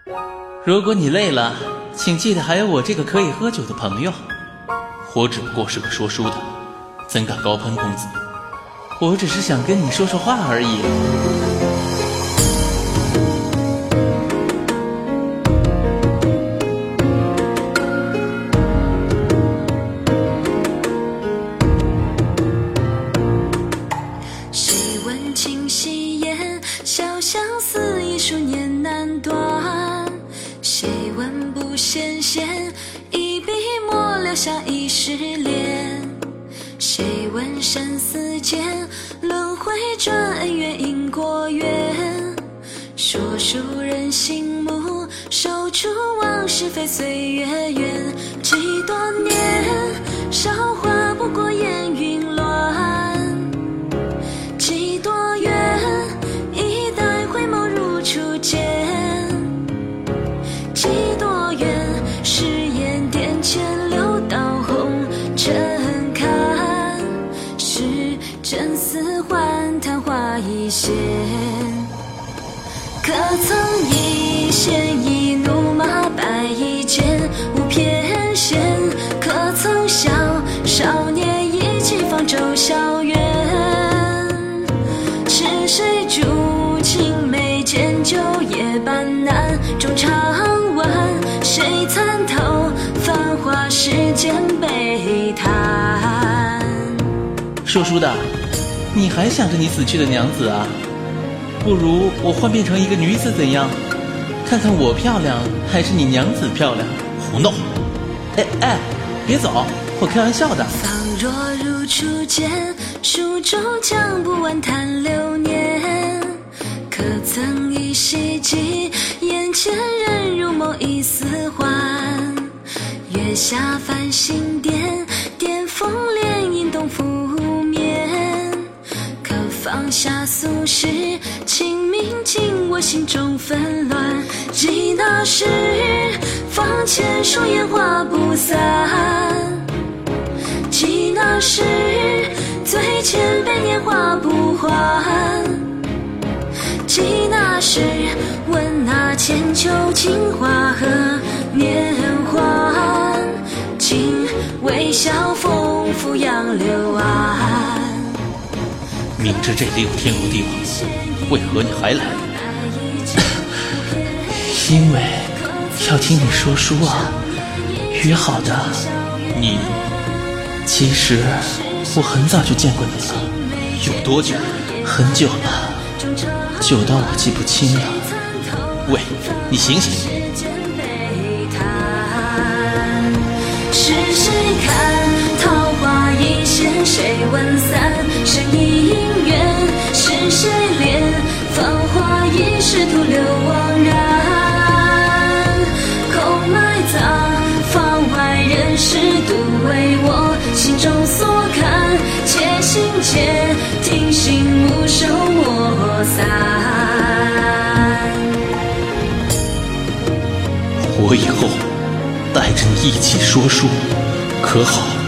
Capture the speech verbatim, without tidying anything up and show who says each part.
Speaker 1: 如果你累了，请记得还有我这个可以喝酒的朋友。我只不过是个说书的，怎敢高攀公子？我只是想跟你说说话而已。
Speaker 2: 谁闻清溪烟，潇相思，一数年难断。谁闻不羡仙，一笔墨留下一世恋。谁闻生死间，轮回转，恩怨因果缘。说书人醒目，守住往事非岁月远。几多年，韶华不过烟云乱。几多远，一代回眸如初见。几多远，誓言殿前留到红尘看。是真似幻，昙花一现。可曾一线一怒马白一剑，无偏跹。可曾笑少年意气方舟笑远。是谁筑青梅见酒夜半难，终长晚。谁参透繁华世间悲叹。
Speaker 1: 说书的，你还想着你死去的娘子啊？不如我换变成一个女子怎样？看看我漂亮还是你娘子漂亮？
Speaker 3: 胡闹！
Speaker 1: 哎哎，别走，我开玩笑的。
Speaker 2: 仿若如初见，书中讲不完叹流年。可曾依稀记，眼前人如梦一丝幻。月下繁星点，点风帘引动拂面。可放下俗世，清明尽我心中纷乱。记那时，房前树烟花不散。记那时，醉千杯年华不还。记那时，问那千秋情话和年华。今微笑风拂杨柳岸。
Speaker 3: 明知这里有天罗地网，为何你还来？
Speaker 1: 因为要听你说书啊，约好的。
Speaker 3: 你
Speaker 1: 其实我很早就见过你了。
Speaker 3: 有多久？
Speaker 1: 很久了，久到我记不清了。
Speaker 3: 喂，你醒醒！
Speaker 2: 是谁看桃花一现，谁问散？谁姻缘？是谁怜芳华一世徒留惘然？空埋葬方外人世，独为我心中所看。且行且听，心无手莫散。
Speaker 3: 我以后带着你一起说书，可好？